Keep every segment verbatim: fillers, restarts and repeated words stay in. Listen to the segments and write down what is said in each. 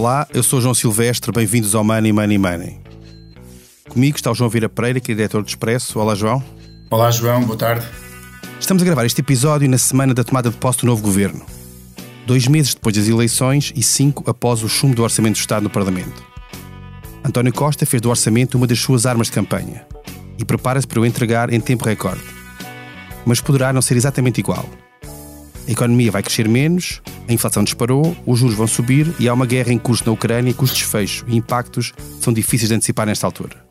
Olá, eu sou o João Silvestre, bem-vindos ao Money, Money, Money. Comigo está o João Vieira Pereira, que é diretor do Expresso. Olá, João. Olá, João, boa tarde. Estamos a gravar este episódio na semana da tomada de posse do novo governo. Dois meses depois das eleições e cinco após o chumbo do Orçamento do Estado no Parlamento. António Costa fez do orçamento uma das suas armas de campanha e prepara-se para o entregar em tempo recorde. Mas poderá não ser exatamente igual. A economia vai crescer menos, a inflação disparou, os juros vão subir e há uma guerra em curso na Ucrânia cujo desfecho e impactos são difíceis de antecipar nesta altura.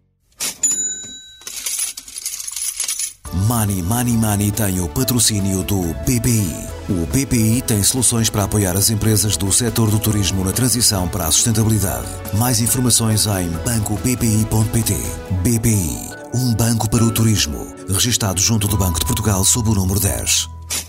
Money, Money, Money tem o patrocínio do B P I. O B P I tem soluções para apoiar as empresas do setor do turismo na transição para a sustentabilidade. Mais informações em banco b p i ponto p t. B P I, um banco para o turismo. Registado junto do Banco de Portugal sob o número dez.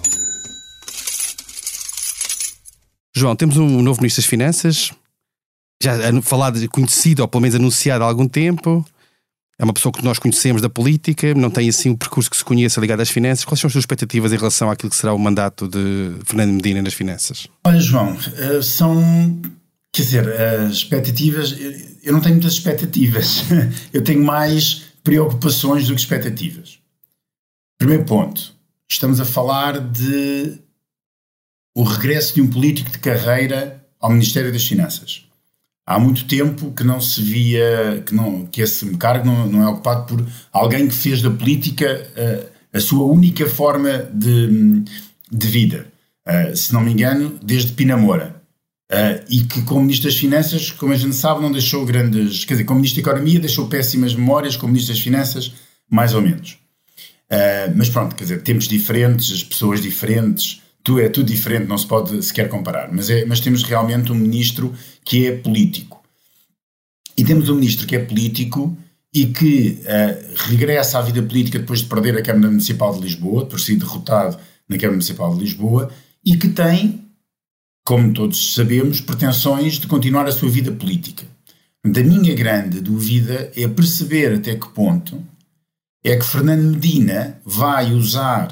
João, temos um novo Ministro das Finanças, já falado, conhecido ou pelo menos anunciado há algum tempo. É uma pessoa que nós conhecemos da política, não tem assim um percurso que se conheça ligado às finanças. Quais são as suas expectativas em relação àquilo que será o mandato de Fernando Medina nas finanças? Olha, João, são, quer dizer, as expectativas, eu não tenho muitas expectativas, eu tenho mais preocupações do que expectativas. Primeiro ponto, estamos a falar de o regresso de um político de carreira ao Ministério das Finanças. Há muito tempo que não se via, que, não, que esse cargo não, não é ocupado por alguém que fez da política uh, a sua única forma de, de vida. Uh, se não me engano, desde Pina Moura. Uh, e que como Ministro das Finanças, como a gente sabe, não deixou grandes... Quer dizer, como Ministro da Economia deixou péssimas memórias, como Ministro das Finanças, mais ou menos. Uh, mas pronto, quer dizer, tempos diferentes, as pessoas diferentes... Tudo é tudo diferente, não se pode sequer comparar, mas, é, mas temos realmente um ministro que é político. E temos um ministro que é político e que uh, regressa à vida política depois de perder a Câmara Municipal de Lisboa, por ser derrotado na Câmara Municipal de Lisboa, e que tem, como todos sabemos, pretensões de continuar a sua vida política. A minha grande dúvida é perceber até que ponto é que Fernando Medina vai usar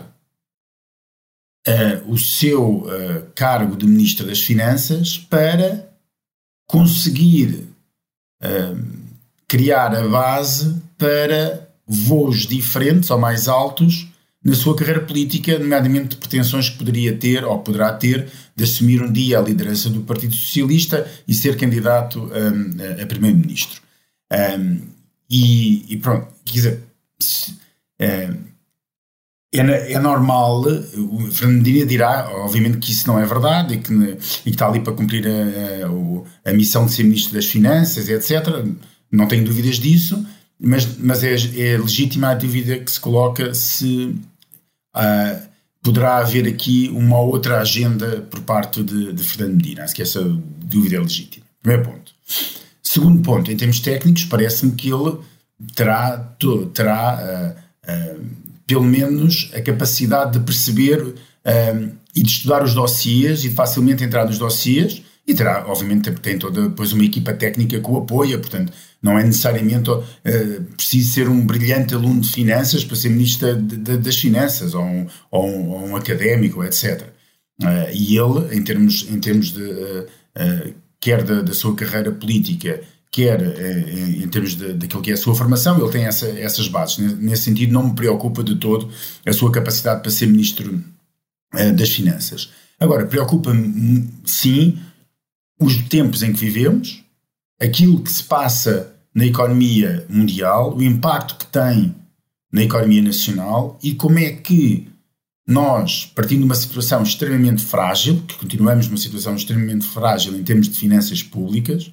Uh, o seu uh, cargo de Ministro das Finanças para conseguir uh, criar a base para voos diferentes ou mais altos na sua carreira política, nomeadamente de pretensões que poderia ter ou poderá ter de assumir um dia a liderança do Partido Socialista e ser candidato um, a Primeiro-Ministro. Um, e, e pronto, quer dizer... Se, um, É, é normal, o Fernando Medina dirá, obviamente, que isso não é verdade e que, e que está ali para cumprir a, a, a missão de ser Ministro das Finanças, etcétera. Não tenho dúvidas disso, mas, mas é, é legítima a dúvida que se coloca se uh, poderá haver aqui uma outra agenda por parte de, de Fernando Medina. Acho que essa dúvida é legítima. Primeiro ponto. Segundo ponto, em termos técnicos, parece-me que ele terá, terá uh, uh, pelo menos a capacidade de perceber um, e de estudar os dossiês e de facilmente entrar nos dossiês, e terá, obviamente, tem toda depois uma equipa técnica que o apoia, portanto, não é necessariamente uh, preciso ser um brilhante aluno de finanças para ser Ministro de, de, das Finanças, ou um, ou um, ou um académico, etcétera. Uh, e ele, em termos, em termos de, uh, uh, quer da, da sua carreira política, quer em, em termos de, daquilo que é a sua formação, ele tem essa, essas bases. Nesse sentido, não me preocupa de todo a sua capacidade para ser Ministro uh, das Finanças. Agora, preocupa-me, sim, os tempos em que vivemos, aquilo que se passa na economia mundial, o impacto que tem na economia nacional e como é que nós, partindo de uma situação extremamente frágil, que continuamos numa situação extremamente frágil em termos de finanças públicas,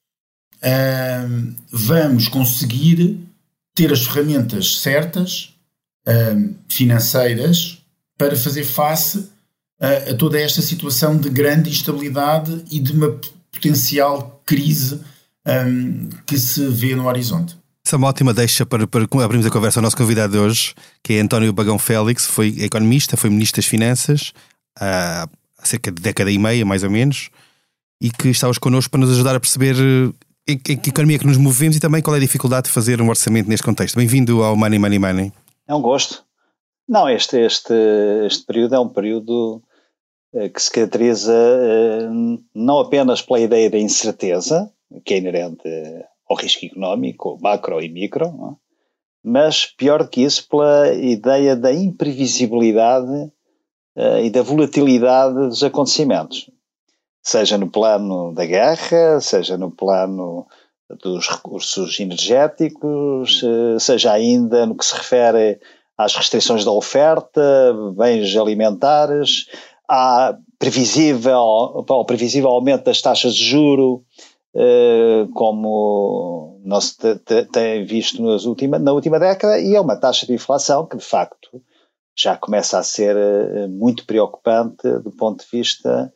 Uh, vamos conseguir ter as ferramentas certas, uh, financeiras, para fazer face uh, a toda esta situação de grande instabilidade e de uma potencial crise um, que se vê no horizonte. Essa é uma ótima deixa para, para abrirmos a conversa ao nosso convidado de hoje, que é António Bagão Félix, foi economista, foi Ministro das Finanças há cerca de década e meia, mais ou menos, e que está hoje connosco para nos ajudar a perceber em que economia é que nos movemos e também qual é a dificuldade de fazer um orçamento neste contexto. Bem-vindo ao Money, Money, Money. É um gosto. Não, este, este, este período é um período que se caracteriza não apenas pela ideia da incerteza, que é inerente ao risco económico, macro e micro, não é? Mas pior do que isso, pela ideia da imprevisibilidade e da volatilidade dos acontecimentos, seja no plano da guerra, seja no plano dos recursos energéticos, seja ainda no que se refere às restrições da oferta, bens alimentares, há previsível, ao previsível aumento das taxas de juro, como não se tem visto nas última, na última década, e é uma taxa de inflação que, de facto, já começa a ser muito preocupante do ponto de vista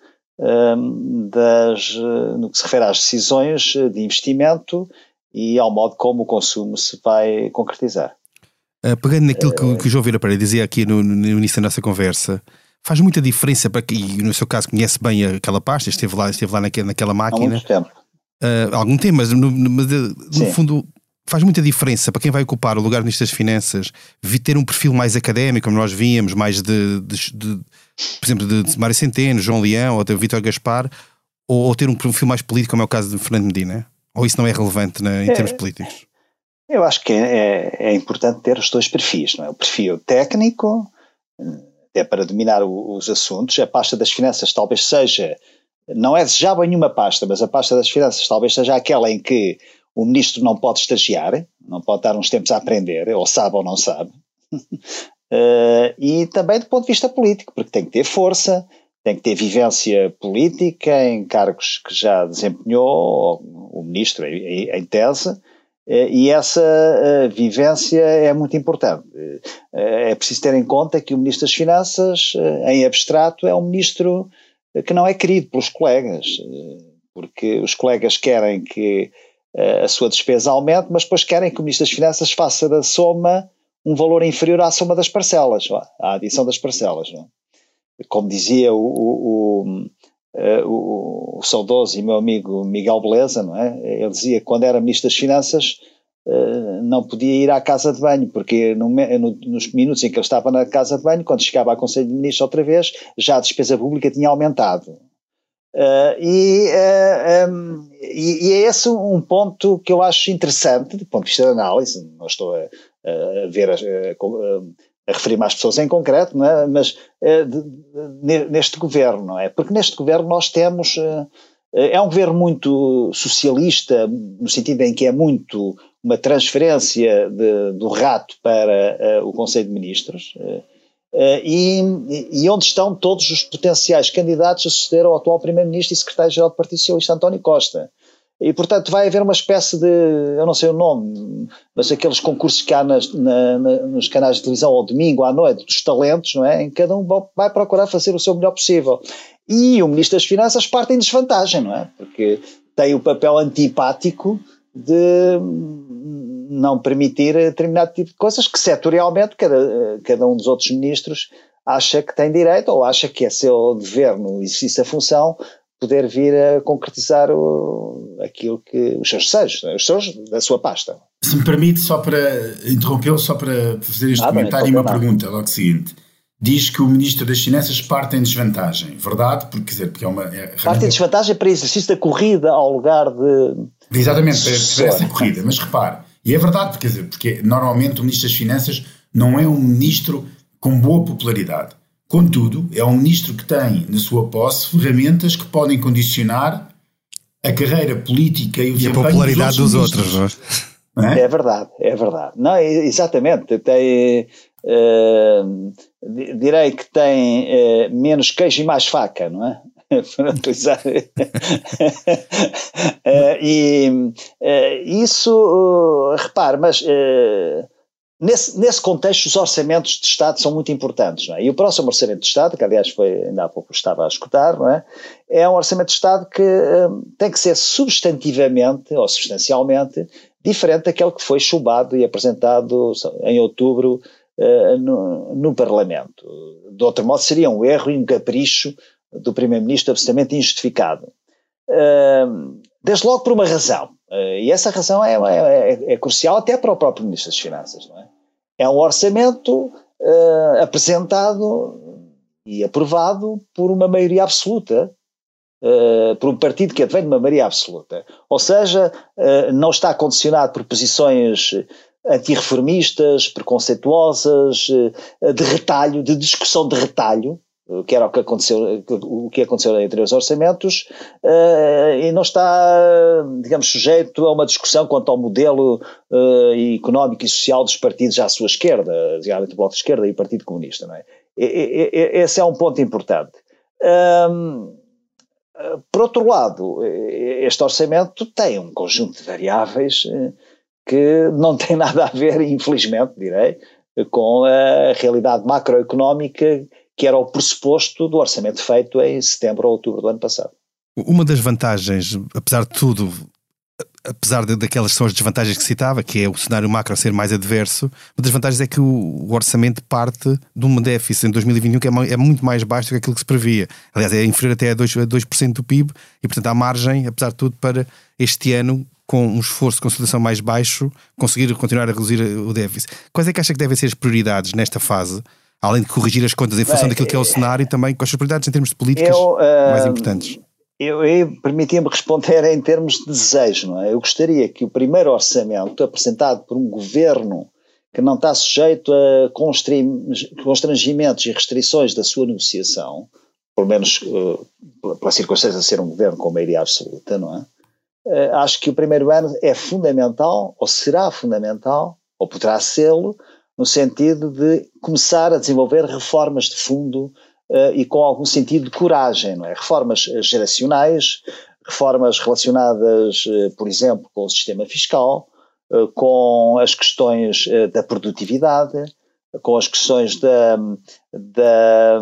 das, no que se refere às decisões de investimento e ao modo como o consumo se vai concretizar. Uh, pegando naquilo que, que o João Vieira Pereira dizia aqui no, no início da nossa conversa, faz muita diferença para que, e no seu caso conhece bem aquela pasta, esteve lá, esteve lá naquela, naquela máquina. Há muito tempo. Uh, algum tempo, mas no, no, no fundo faz muita diferença para quem vai ocupar o lugar Ministro das Finanças ter um perfil mais académico, como nós víamos, mais de, de, de por exemplo, de Mário Centeno, João Leão ou de Vítor Gaspar, ou, ou ter um perfil mais político, como é o caso de Fernando Medina? Ou isso não é relevante, né, em é, termos políticos? Eu acho que é, é importante ter os dois perfis, não é? O perfil técnico, até para dominar o, os assuntos. A pasta das finanças talvez seja, não é desejável nenhuma pasta, mas a pasta das finanças talvez seja aquela em que o ministro não pode estagiar, não pode estar uns tempos a aprender, ou sabe ou não sabe. uh, e também do ponto de vista político, porque tem que ter força, tem que ter vivência política em cargos que já desempenhou o ministro em, em tese, uh, e essa uh, vivência é muito importante. Uh, é preciso ter em conta que o Ministro das Finanças, uh, em abstrato, é um ministro que não é querido pelos colegas, uh, porque os colegas querem que a sua despesa aumente, mas depois querem que o Ministro das Finanças faça da soma um valor inferior à soma das parcelas, à adição das parcelas. Não é? Como dizia o, o, o, o, o saudoso e meu amigo Miguel Beleza, não é? Ele dizia que quando era Ministro das Finanças não podia ir à casa de banho, porque no, no, nos minutos em que ele estava na casa de banho, quando chegava ao Conselho de Ministros outra vez, já a despesa pública tinha aumentado. Uh, e, uh, um, e, e é esse um ponto que eu acho interessante do ponto de vista de análise. Não estou a, a ver a, a, a referir-me às pessoas em concreto, não é? Mas uh, de, de, neste governo, não é? Porque neste governo nós temos uh, é um governo muito socialista, no sentido em que é muito uma transferência de, do rato para uh, o Conselho de Ministros, uh, Uh, e, e onde estão todos os potenciais candidatos a suceder ao atual Primeiro-Ministro e Secretário-Geral do Partido Socialista, António Costa. E, portanto, vai haver uma espécie de, eu não sei o nome, mas aqueles concursos que há nas, na, na, nos canais de televisão ao domingo, à noite, dos talentos, não é? Em que cada um vai procurar fazer o seu melhor possível. E o Ministro das Finanças parte em desvantagem, não é? Porque tem o papel antipático de não permitir determinado tipo de coisas que setorialmente cada, cada um dos outros ministros acha que tem direito ou acha que é seu dever no exercício da função poder vir a concretizar o, aquilo que os seus desejos, os seus da sua pasta. Se me permite, só para interrompê-lo, só para fazer este ah, comentário bem, e uma nada. pergunta, logo seguinte. Diz que o Ministro das Finanças parte em desvantagem, verdade? Porque, quer dizer, porque é uma... É, parte em desvantagem para exercício da corrida ao lugar de... Exatamente, para, para essa corrida, mas repare, e é verdade, porque, quer dizer, porque normalmente o Ministro das Finanças não é um ministro com boa popularidade. Contudo, é um ministro que tem na sua posse ferramentas que podem condicionar a carreira política e o e a popularidade dos outros. Dos outros não é? É verdade, é verdade. Não, exatamente, tem... Uh, direi que tem uh, menos queijo e mais faca, não é? Para utilizar. uh, e uh, isso, uh, repare, mas uh, nesse, nesse contexto os orçamentos de Estado são muito importantes, não é? E o próximo orçamento de Estado, que aliás foi, ainda há pouco estava a escutar, não é? É um orçamento de Estado que uh, tem que ser substantivamente ou substancialmente diferente daquele que foi chumbado e apresentado em outubro Uh, no, no Parlamento. De outro modo seria um erro e um capricho do Primeiro-Ministro absolutamente injustificado. Uh, desde logo por uma razão, uh, e essa razão é, é, é crucial até para o próprio Ministro das Finanças, não é? É um orçamento uh, apresentado e aprovado por uma maioria absoluta, uh, por um partido que advém de uma maioria absoluta. Ou seja, uh, não está condicionado por posições antirreformistas, preconceituosas, uh, de retalho, de discussão de retalho, que era o que aconteceu, o que aconteceu em anteriores orçamentos, uh, e não está, digamos, sujeito a uma discussão quanto ao modelo uh, económico e social dos partidos à sua esquerda, digamos, o Bloco de Esquerda e o Partido Comunista, não é? E, e, e, esse é um ponto importante. Um, por outro lado, este orçamento tem um conjunto de variáveis que não tem nada a ver, infelizmente, direi, com a realidade macroeconómica que era o pressuposto do orçamento feito em setembro ou outubro do ano passado. Uma das vantagens, apesar de tudo, apesar de, daquelas são as desvantagens que citava, que é o cenário macro ser mais adverso, uma das vantagens é que o, o orçamento parte de um déficit em dois mil e vinte e um que é, é muito mais baixo do que aquilo que se previa. Aliás, é inferior até a dois por cento do P I B e, portanto, há margem, apesar de tudo, para este ano, com um esforço de consolidação mais baixo, conseguir continuar a reduzir o déficit. Quais é que acha que devem ser as prioridades nesta fase? Além de corrigir as contas em função Bem, daquilo que é o cenário, e também com as prioridades em termos de políticas eu, uh, mais importantes. Eu, eu permitia-me responder em termos de desejo, não é? Eu gostaria que o primeiro orçamento, apresentado por um governo que não está sujeito a constrangimentos e restrições da sua negociação, pelo menos uh, pela circunstância de ser um governo com maioria absoluta, não é? Uh, acho que o primeiro ano é fundamental, ou será fundamental, ou poderá sê-lo, no sentido de começar a desenvolver reformas de fundo uh, e com algum sentido de coragem, não é? Reformas geracionais, reformas relacionadas, uh, por exemplo, com o sistema fiscal, uh, com as questões uh, da produtividade, com as questões da, da,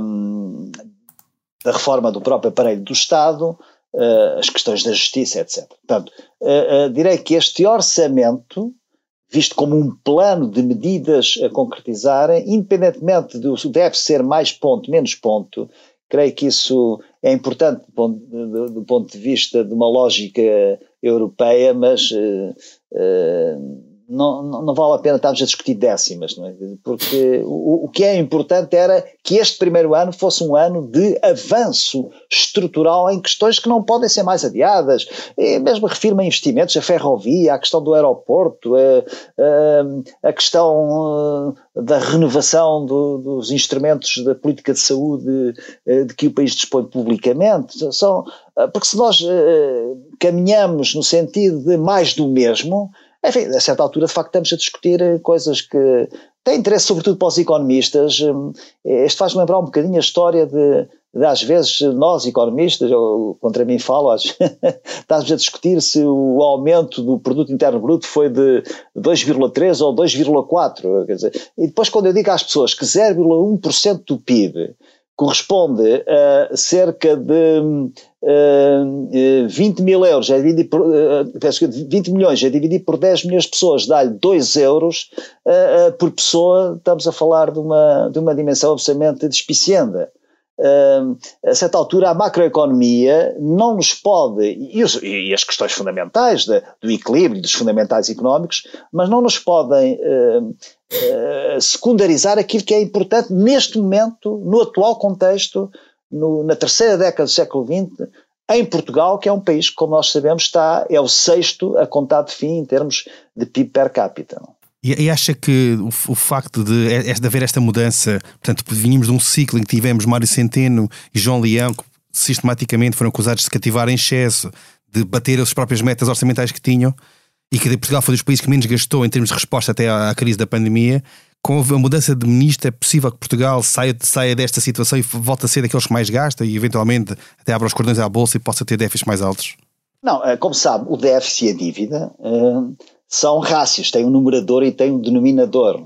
da reforma do próprio aparelho do Estado, uh, as questões da justiça, etcétera. Portanto, uh, uh, direi que este orçamento, visto como um plano de medidas a concretizarem, independentemente do deve ser mais ponto, menos ponto, creio que isso é importante do ponto, do, do ponto de vista de uma lógica europeia, mas uh, uh, não, não, não vale a pena estarmos a discutir décimas, não é? Porque o, o que é importante era que este primeiro ano fosse um ano de avanço estrutural em questões que não podem ser mais adiadas. Eu mesmo refiro-me a investimentos, a ferrovia, a questão do aeroporto, a, a, a questão da renovação do, dos instrumentos da política de saúde de que o país dispõe publicamente. São, porque se nós caminhamos no sentido de mais do mesmo, enfim, a certa altura, de facto, estamos a discutir coisas que têm interesse, sobretudo para os economistas. Isto faz-me lembrar um bocadinho a história de, de às vezes, nós, economistas, eu contra mim falo, estamos a discutir se o aumento do produto interno bruto foi de dois vírgula três ou dois vírgula quatro. Quer dizer, e depois, quando eu digo às pessoas que zero vírgula um por cento do P I B corresponde a cerca de uh, vinte mil euros, é dividir por, uh, vinte milhões, é dividir por dez milhões de pessoas, dá-lhe dois euros uh, uh, por pessoa, estamos a falar de uma, de uma dimensão absolutamente despicienda. Uh, a certa altura a macroeconomia não nos pode, e, os, e as questões fundamentais de, do equilíbrio dos fundamentais económicos, mas não nos podem uh, uh, secundarizar aquilo que é importante neste momento, no atual contexto, no, na terceira década do século vinte, em Portugal, que é um país que, como nós sabemos, está, é o sexto a contar de fim em termos de P I B per capita. Não? E, e acha que o, o facto de, de haver esta mudança, portanto, vínhamos de um ciclo em que tivemos Mário Centeno e João Leão, que sistematicamente foram acusados de se cativar em excesso, de bater as próprias metas orçamentais que tinham, e que Portugal foi dos países que menos gastou em termos de resposta até à, à crise da pandemia, com a mudança de ministro é possível que Portugal saia, saia desta situação e volte a ser daqueles que mais gasta e eventualmente até abra os cordões à bolsa e possa ter déficits mais altos? Não, como sabe, o déficit e a dívida uh, são rácios, têm um numerador e têm um denominador.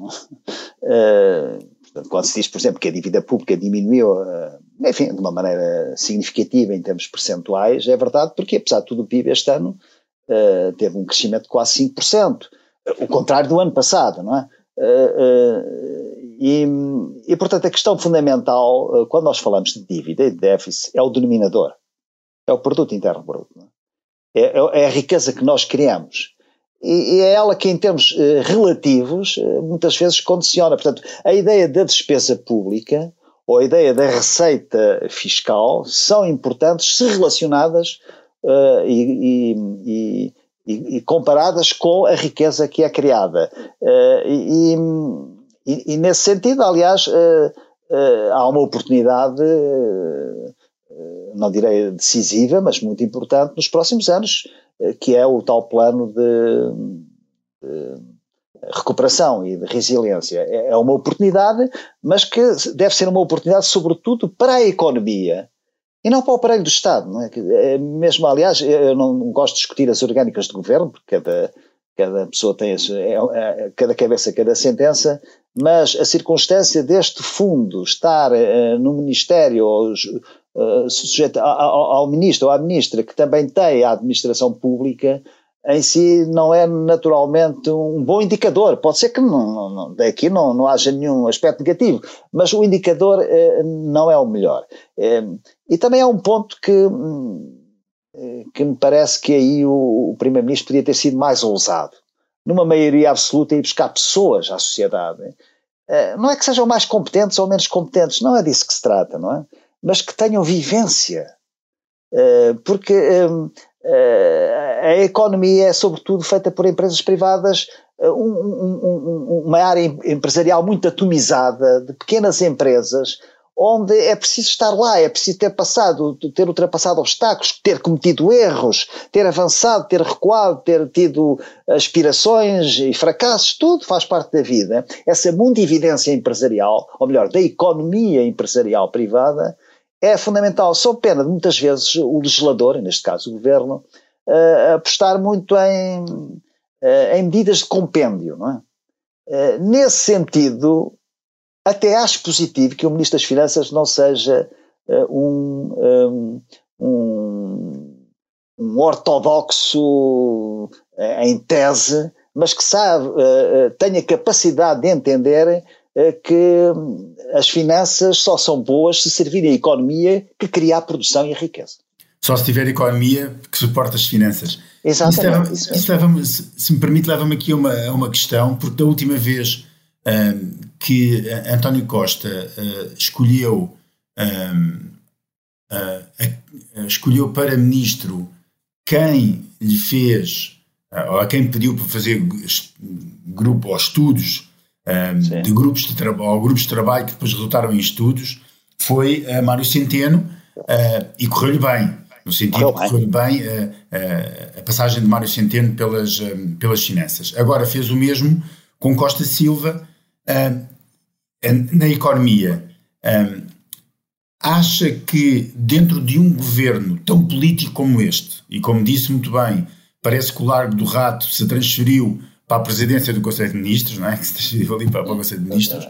Uh, quando se diz, por exemplo, que a dívida pública diminuiu, uh, enfim, de uma maneira significativa em termos percentuais, é verdade, porque apesar de tudo o P I B este ano uh, teve um crescimento de quase cinco por cento, o contrário do ano passado, não é? Uh, uh, e, e, portanto, a questão fundamental, uh, quando nós falamos de dívida e de déficit, é o denominador, é o produto interno bruto, não é? É, é a riqueza que nós criamos. E, e é ela que, em termos uh, relativos, uh, muitas vezes condiciona. Portanto, a ideia da despesa pública ou a ideia da receita fiscal são importantes se relacionadas uh, e, e, e, e comparadas com a riqueza que é criada. Uh, e, e, e nesse sentido, aliás, uh, uh, há uma oportunidade, uh, não direi decisiva, mas muito importante nos próximos anos, uh, que é o tal plano de, de recuperação e de resiliência. É uma oportunidade, mas que deve ser uma oportunidade sobretudo para a economia e não para o aparelho do Estado. Não é? Mesmo, aliás, eu não gosto de discutir as orgânicas de governo, porque cada, cada pessoa tem, é, é, cada cabeça, cada sentença, mas a circunstância deste fundo estar uh, no Ministério, ou, uh, sujeito ao, ao Ministro ou à Ministra, que também tem a administração pública, em si não é naturalmente um bom indicador. Pode ser que não, não, daqui não, não haja nenhum aspecto negativo, mas o indicador eh, não é o melhor. Eh, e também há um ponto que, eh, que me parece que aí o, o Primeiro-Ministro podia ter sido mais ousado. Numa maioria absoluta, ir buscar pessoas à sociedade. Eh, não é que sejam mais competentes ou menos competentes, não é disso que se trata, não é? Mas que tenham vivência. Eh, porque... Eh, Uh, a economia é sobretudo feita por empresas privadas, uh, um, um, um, uma área empresarial muito atomizada, de pequenas empresas, onde é preciso estar lá, é preciso ter passado, ter ultrapassado obstáculos, ter cometido erros, ter avançado, ter recuado, ter tido aspirações e fracassos, tudo faz parte da vida. Essa mundividência empresarial, ou melhor, da economia empresarial privada, é fundamental, sob pena de muitas vezes o legislador, neste caso o governo, uh, apostar muito em, uh, em medidas de compêndio, não é? Uh, nesse sentido, até acho positivo que o Ministro das Finanças não seja uh, um, um, um, um ortodoxo uh, em tese, mas que sabe, uh, tenha capacidade de entender que as finanças só são boas se servirem a economia que cria a produção e a riqueza. Só se tiver economia que suporta as finanças. Exatamente. Isso leva, isso leva-me, se, se me permite, leva-me aqui a uma, a uma questão, porque da última vez um, que António Costa uh, escolheu, um, uh, uh, escolheu para ministro quem lhe fez, uh, ou a quem pediu para fazer grupo ou estudos Um, de grupos de, tra- ou grupos de trabalho que depois resultaram em estudos, foi uh, Mário Centeno, uh, e correu-lhe bem, no sentido que correu-lhe bem uh, uh, a passagem de Mário Centeno pelas, um, pelas finanças. Agora fez o mesmo com Costa Silva uh, na economia. Um, acha que dentro de um governo tão político como este, e como disse muito bem, parece que o Largo do Rato se transferiu para a presidência do Conselho de Ministros, não é? Que se transferiu ali para o Conselho de Ministros,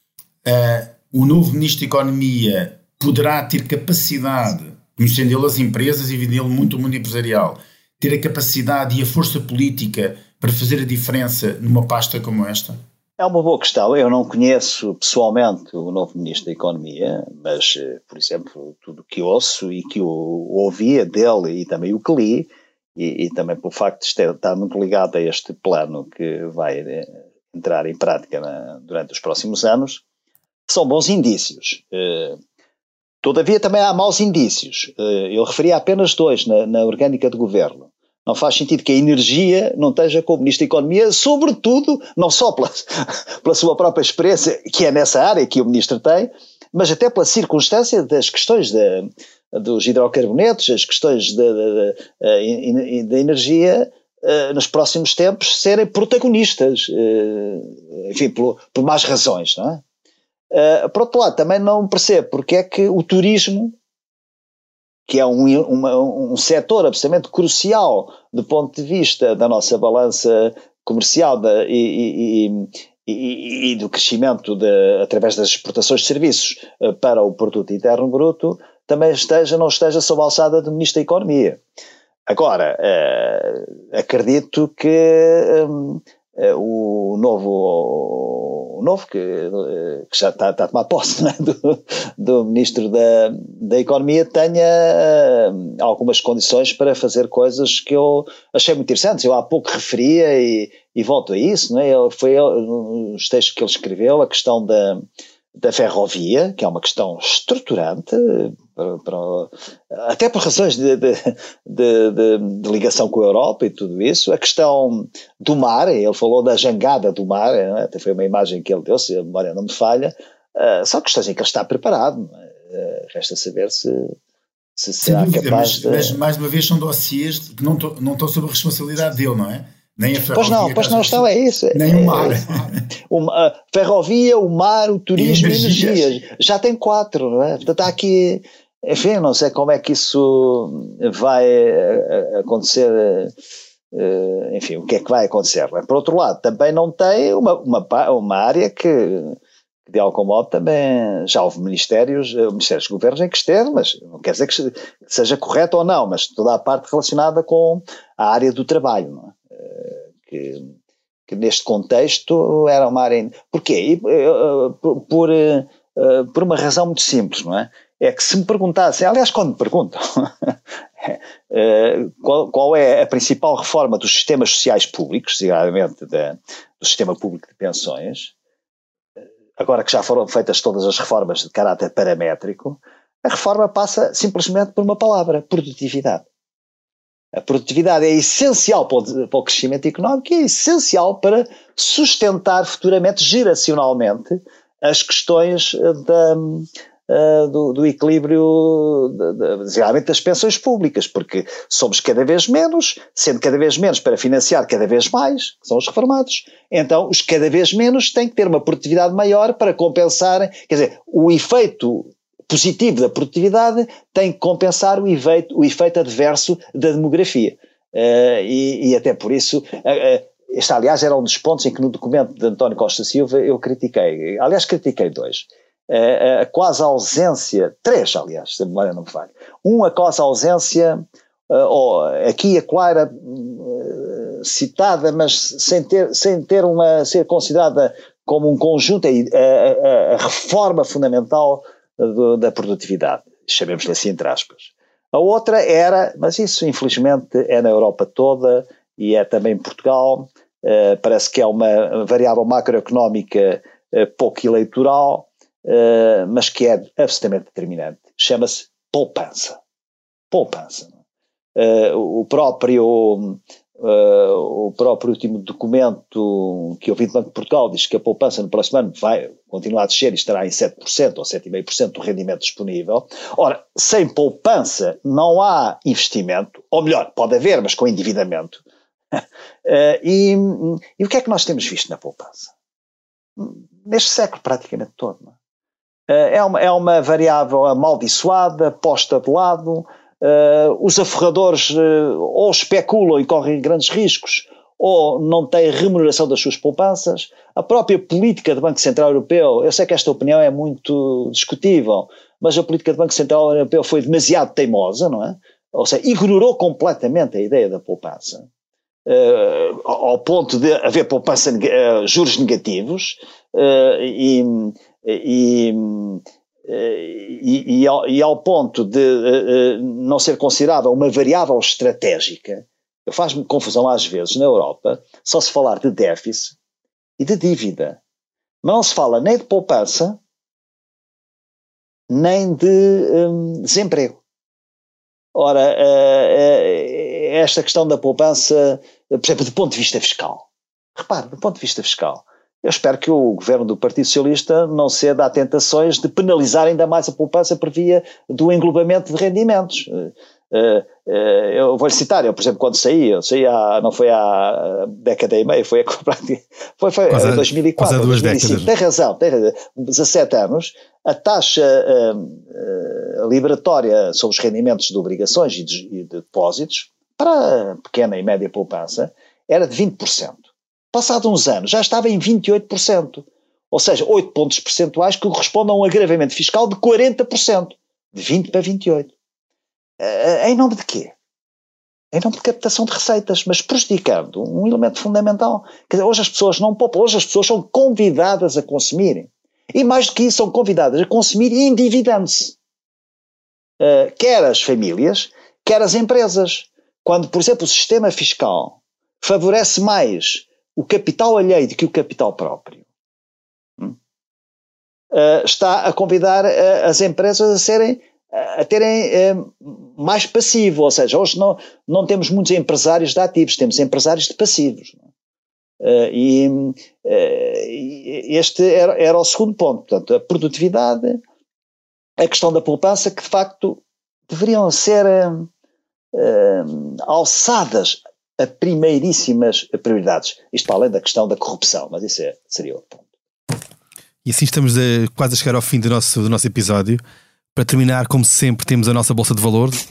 uh, o novo Ministro da Economia poderá ter capacidade, conhecendo ele as empresas e vendo ele muito o mundo empresarial, ter a capacidade e a força política para fazer a diferença numa pasta como esta? É uma boa questão. Eu não conheço pessoalmente o novo Ministro da Economia, mas, por exemplo, tudo o que ouço e que eu ouvia dele e também o que li, E, e também pelo facto de estar, estar muito ligado a este plano que vai eh, entrar em prática na, durante os próximos anos, são bons indícios. Eh, todavia também há maus indícios. Eh, eu referia apenas dois na, na orgânica de governo. Não faz sentido que a energia não esteja com o Ministro da Economia, sobretudo, não só pela, pela sua própria experiência, que é nessa área que o Ministro tem, mas até pela circunstância das questões da dos hidrocarbonetos, as questões da energia, uh, nos próximos tempos serem protagonistas, uh, enfim, por, por mais razões, não é? Uh, por outro lado, também não percebo porque é que o turismo, que é um, uma, um setor absolutamente crucial do ponto de vista da nossa balança comercial da, e, e, e, e do crescimento de, através das exportações de serviços uh, para o produto interno bruto, também esteja, não esteja sob a alçada do Ministro da Economia. Agora, uh, acredito que um, uh, o novo, o novo que, uh, que já está, está a tomar posse, não é? do, do Ministro da, da Economia tenha uh, algumas condições para fazer coisas que eu achei muito interessantes. Eu há pouco referia e, e volto a isso, não é? Foi nos textos que ele escreveu, a questão da da ferrovia, que é uma questão estruturante, para, para, até por razões de, de, de, de, de ligação com a Europa e tudo isso. A questão do mar, ele falou da jangada do mar, até foi uma imagem que ele deu, se a memória não me falha, uh, são questões em que ele está preparado. Uh, resta saber se, se será dúvida, capaz mas, de... mas mais uma vez são dossiês que não, to, não estão sob a responsabilidade dele, não é? Nem a ferrovia. Pois não, pois não estão, é isso. Nem o mar. O, a ferrovia, o mar, o turismo e energias. Já tem quatro, não é? Portanto, há aqui, enfim, não sei como é que isso vai acontecer, enfim, o que é que vai acontecer. Por outro lado, também não tem uma, uma, uma área que, de algum modo, também já houve ministérios, ministérios de governos em que esteve, mas não quer dizer que seja correto ou não, mas toda a parte relacionada com a área do trabalho, não é? Que, que neste contexto era uma área... Porquê? Por, por, por uma razão muito simples, não é? É que se me perguntassem, aliás, quando me perguntam qual, qual é a principal reforma dos sistemas sociais públicos, designadamente da, do sistema público de pensões, agora que já foram feitas todas as reformas de caráter paramétrico, a reforma passa simplesmente por uma palavra: produtividade. A produtividade é essencial para o, para o crescimento económico e é essencial para sustentar futuramente, geracionalmente, as questões da, uh, do, do equilíbrio, geralmente das pensões públicas, porque somos cada vez menos, sendo cada vez menos para financiar cada vez mais, que são os reformados, então os cada vez menos têm que ter uma produtividade maior para compensar, quer dizer, o efeito positivo da produtividade tem que compensar o efeito, o efeito adverso da demografia. Uh, e, e até por isso, uh, uh, este aliás era um dos pontos em que no documento de António Costa Silva eu critiquei, aliás critiquei dois, uh, a quase ausência, três aliás, se a memória não me falha. Um, a quase ausência, uh, oh, aqui a Clara uh, citada, mas sem ter, sem ter uma, ser considerada como um conjunto, a, a, a reforma fundamental Do, da produtividade, chamemos-lhe assim entre aspas. A outra era, mas isso infelizmente é na Europa toda e é também em Portugal, uh, parece que é uma variável macroeconómica uh, pouco eleitoral, uh, mas que é absolutamente determinante. Chama-se poupança. Poupança. Uh, o próprio Uh, o próprio último documento que eu vi do Banco de Portugal diz que a poupança no próximo ano vai continuar a descer e estará em sete por cento ou sete vírgula cinco por cento do rendimento disponível. Ora, sem poupança não há investimento, ou melhor, pode haver, mas com endividamento. uh, e, e o que é que nós temos visto na poupança? Neste século praticamente todo. Não é? Uh, é, uma, é uma variável amaldiçoada, posta de lado. Uh, os aforradores uh, ou especulam e correm grandes riscos ou não têm remuneração das suas poupanças. A própria política do Banco Central Europeu, eu sei que esta opinião é muito discutível, mas a política do Banco Central Europeu foi demasiado teimosa, não é? Ou seja, ignorou completamente a ideia da poupança, uh, ao ponto de haver poupança, uh, juros negativos uh, e, e E, e, ao, e ao ponto de uh, uh, não ser considerada uma variável estratégica. Faz-me confusão às vezes na Europa só se falar de déficit e de dívida, mas não se fala nem de poupança nem de um, desemprego. Ora, uh, uh, esta questão da poupança, por exemplo, do ponto de vista fiscal, repare, do ponto de vista fiscal, eu espero que o governo do Partido Socialista não ceda a tentações de penalizar ainda mais a poupança por via do englobamento de rendimentos. Uh, uh, eu vou-lhe citar, eu por exemplo quando saí, eu saí há, não foi há década e meia, foi a foi, foi em dois mil e quatro, dois mil e cinco, tem razão, tem razão, dezassete anos, a taxa uh, uh, liberatória sobre os rendimentos de obrigações e de, e de depósitos para a pequena e média poupança era de vinte por cento. Passado uns anos, já estava em vinte e oito por cento, ou seja, oito pontos percentuais que correspondem a um agravamento fiscal de quarenta por cento, de vinte para vinte e oito. Uh, em nome de quê? Em nome de captação de receitas, mas prejudicando um elemento fundamental. Quer dizer, hoje as pessoas não poupam, hoje as pessoas são convidadas a consumirem. E mais do que isso, são convidadas a consumir endividando-se. Uh, quer as famílias, quer as empresas. Quando, por exemplo, o sistema fiscal favorece mais o capital alheio do que o capital próprio. uh, está a convidar uh, as empresas a serem, uh, a terem uh, mais passivo, ou seja, hoje não, não temos muitos empresários de ativos, temos empresários de passivos. Uh, e uh, este era, era o segundo ponto, portanto, a produtividade, a questão da poupança, que de facto deveriam ser uh, uh, alçadas a primeiríssimas prioridades. Isto para além da questão da corrupção, mas isso é, seria outro ponto. E assim estamos a, quase a chegar ao fim do nosso, do nosso episódio. Para terminar, como sempre, temos a nossa Bolsa de Valores.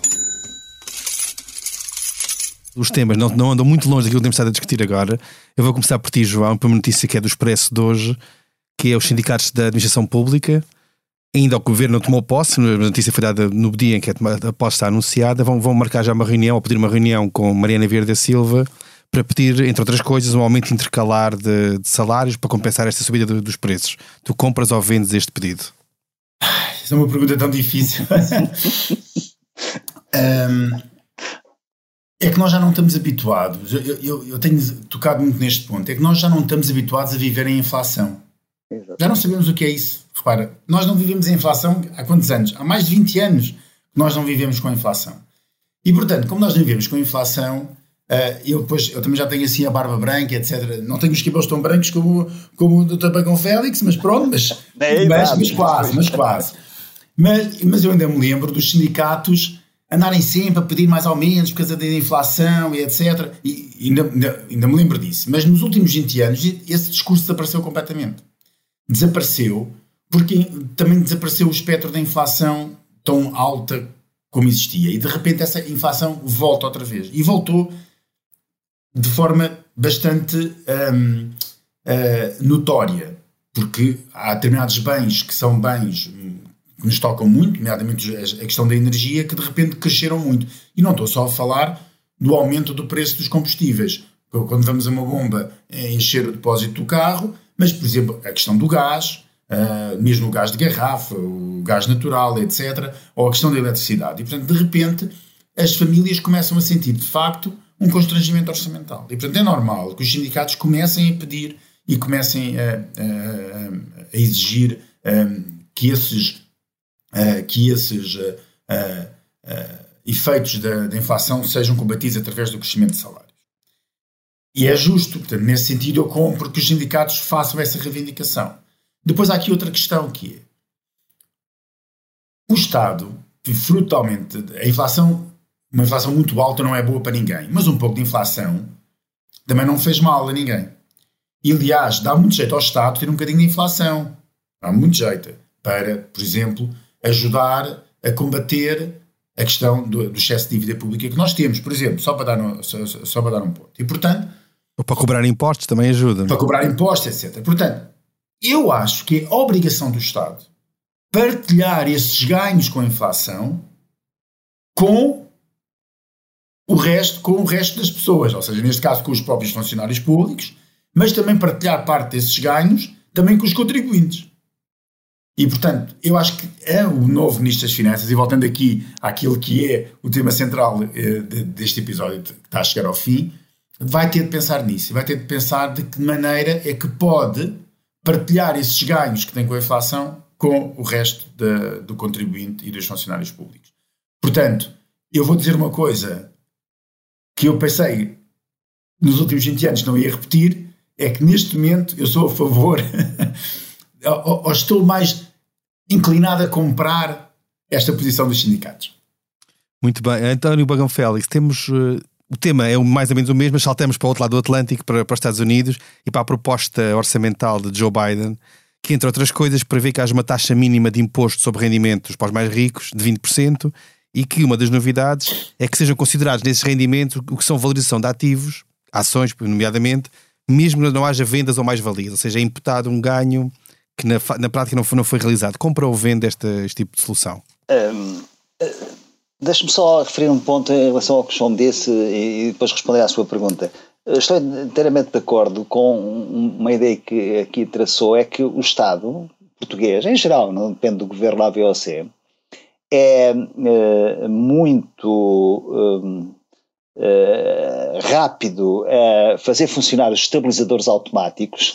Os temas não, não andam muito longe daquilo que temos estado a discutir agora. Eu vou começar por ti, João, por uma notícia que é do Expresso de hoje, que é os sindicatos da administração pública. Ainda o governo não tomou posse, a notícia foi dada no dia em que a posse está anunciada, vão, vão marcar já uma reunião, ou pedir uma reunião com Mariana Vieira da Silva, para pedir, entre outras coisas, um aumento intercalar de, de salários para compensar esta subida do, dos preços. Tu compras ou vendes este pedido? Isso é uma pergunta tão difícil. um, é que nós já não estamos habituados, eu, eu, eu tenho tocado muito neste ponto, é que nós já não estamos habituados a viver em inflação. Exato. Já não sabemos o que é isso. Repara, nós não vivemos em inflação há quantos anos? Há mais de vinte anos que nós não vivemos com inflação. E, portanto, como nós não vivemos com inflação, uh, eu, depois, eu também já tenho assim a barba branca, etcétera. Não tenho os cabelos tão brancos como, como o doutor Pagão Félix, mas pronto, mas, é mas, mas quase, mas quase. Mas, mas eu ainda me lembro dos sindicatos andarem sempre a pedir mais aumentos por causa da inflação e etcétera. E ainda, ainda, ainda me lembro disso. Mas nos últimos vinte anos esse discurso desapareceu completamente. Desapareceu porque também desapareceu o espectro da inflação tão alta como existia. E de repente essa inflação volta outra vez. E voltou de forma bastante um, uh, notória. Porque há determinados bens que são bens que nos tocam muito, nomeadamente a questão da energia, que de repente cresceram muito. E não estou só a falar do aumento do preço dos combustíveis. Quando vamos a uma bomba encher o depósito do carro, mas, por exemplo, a questão do gás, uh, mesmo o gás de garrafa, o gás natural, etcétera, ou a questão da eletricidade. E, portanto, de repente, as famílias começam a sentir, de facto, um constrangimento orçamental. E, portanto, é normal que os sindicatos comecem a pedir e comecem a, a, a exigir um, que esses, uh, que esses uh, uh, uh, efeitos da, da inflação sejam combatidos através do crescimento de salários. E é justo, portanto, nesse sentido eu compro que os sindicatos façam essa reivindicação. Depois há aqui outra questão que é o Estado, frutalmente, a inflação, uma inflação muito alta não é boa para ninguém, mas um pouco de inflação também não fez mal a ninguém. E, aliás, dá muito jeito ao Estado ter um bocadinho de inflação. Dá muito jeito para, por exemplo, ajudar a combater a questão do, do excesso de dívida pública que nós temos, por exemplo, só para dar um, só, só para dar um ponto. E, portanto... Ou para cobrar impostos também ajuda. Para cobrar impostos, etcétera. Portanto, eu acho que é obrigação do Estado partilhar esses ganhos com a inflação com o resto, com o resto das pessoas, ou seja, neste caso com os próprios funcionários públicos, mas também partilhar parte desses ganhos também com os contribuintes. E, portanto, eu acho que é o novo Ministro das Finanças, e voltando aqui àquilo que é o tema central eh, de, deste episódio que está a chegar ao fim, vai ter de pensar nisso, vai ter de pensar de que maneira é que pode partilhar esses ganhos que tem com a inflação com o resto de, do contribuinte e dos funcionários públicos. Portanto, eu vou dizer uma coisa que eu pensei nos últimos vinte anos que não ia repetir, é que neste momento eu sou a favor... ou estou mais inclinado a comprar esta posição dos sindicatos. Muito bem. António Pagão Félix, temos, uh, o tema é mais ou menos o mesmo, mas saltamos para o outro lado do Atlântico, para, para os Estados Unidos e para a proposta orçamental de Joe Biden, que, entre outras coisas, prevê que haja uma taxa mínima de imposto sobre rendimentos para os mais ricos de vinte por cento e que uma das novidades é que sejam considerados nesses rendimentos o que são valorização de ativos, ações, nomeadamente, mesmo que não haja vendas ou mais-valias, ou seja, é imputado um ganho que na, na prática não foi, não foi realizado. Compra ou vende este, este tipo de solução? Um, uh, Deixe-me só referir um ponto em relação ao que o João disse e, e depois responder à sua pergunta. Estou inteiramente de acordo com uma ideia que aqui traçou, é que o Estado português, em geral, não depende do governo A, B ou C, é uh, muito uh, uh, rápido a fazer funcionar os estabilizadores automáticos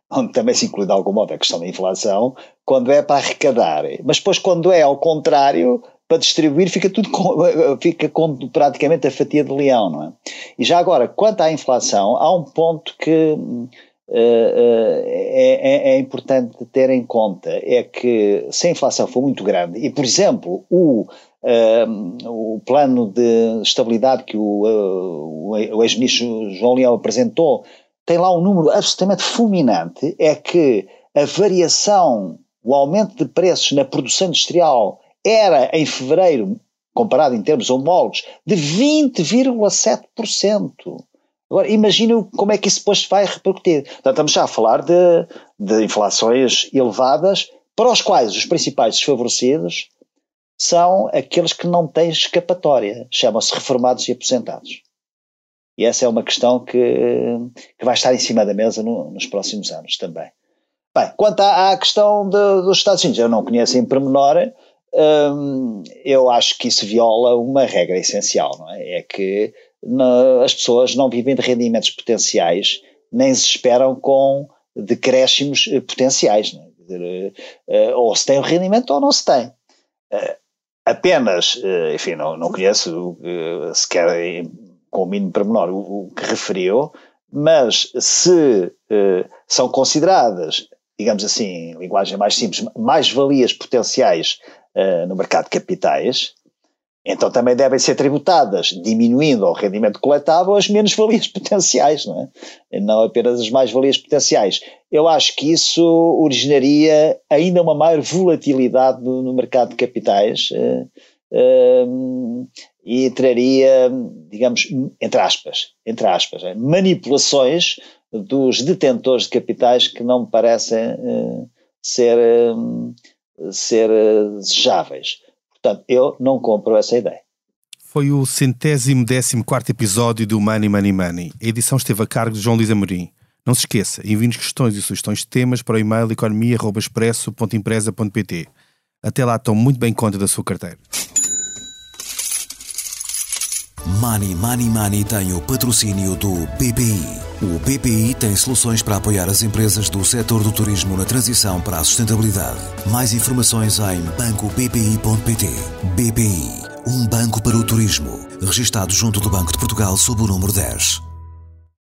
onde também se inclui de algum modo a questão da inflação, quando é para arrecadar. Mas depois, quando é ao contrário, para distribuir, fica tudo com, fica com praticamente a fatia de leão, não é? E já agora, quanto à inflação, há um ponto que uh, uh, é, é, é importante ter em conta, é que se a inflação for muito grande, e por exemplo, o, uh, o plano de estabilidade que o, uh, o ex-ministro João Leão apresentou, tem lá um número absolutamente fulminante, é que a variação, o aumento de preços na produção industrial era em fevereiro, comparado em termos homólogos, de vinte vírgula sete por cento. Agora, imaginem como é que isso depois vai repercutir. Portanto, estamos já a falar de, de inflações elevadas, para os quais os principais desfavorecidos são aqueles que não têm escapatória, chamam-se reformados e aposentados. E essa é uma questão que, que vai estar em cima da mesa no, nos próximos anos também. Bem, quanto à, à questão de, dos Estados Unidos, eu não conheço em pormenor. Hum, eu acho que isso viola uma regra essencial, não é? É que não, as pessoas não vivem de rendimentos potenciais, nem se esperam com decréscimos potenciais, não é? Quer dizer, uh, ou se tem o rendimento ou não se tem. Uh, apenas, uh, enfim, não, não conheço uh, sequer com o mínimo pormenor o, o que referiu, mas se uh, são consideradas, digamos assim, em linguagem mais simples, mais-valias potenciais Uh, no mercado de capitais, então também devem ser tributadas, diminuindo ao rendimento coletável as menos-valias potenciais, não é? Não apenas as mais-valias potenciais. Eu acho que isso originaria ainda uma maior volatilidade no, no mercado de capitais uh, uh, e traria, digamos, entre aspas, entre aspas, é, manipulações dos detentores de capitais que não me parecem uh, ser... Uh, ser uh, desejáveis. Portanto, eu não compro essa ideia. Foi o centésimo décimo quarto episódio do Money, Money, Money. A edição esteve a cargo de João Luís Amorim. Não se esqueça, envie-nos questões e sugestões de temas para o e-mail economia arroba expresso ponto empresa ponto pt. Até lá, tome muito bem conta da sua carteira. Money, Money, Money tem o patrocínio do B P I. O B P I tem soluções para apoiar as empresas do setor do turismo na transição para a sustentabilidade. Mais informações em banco b p i ponto p t. B P I, um banco para o turismo. Registado junto do Banco de Portugal sob o número dez.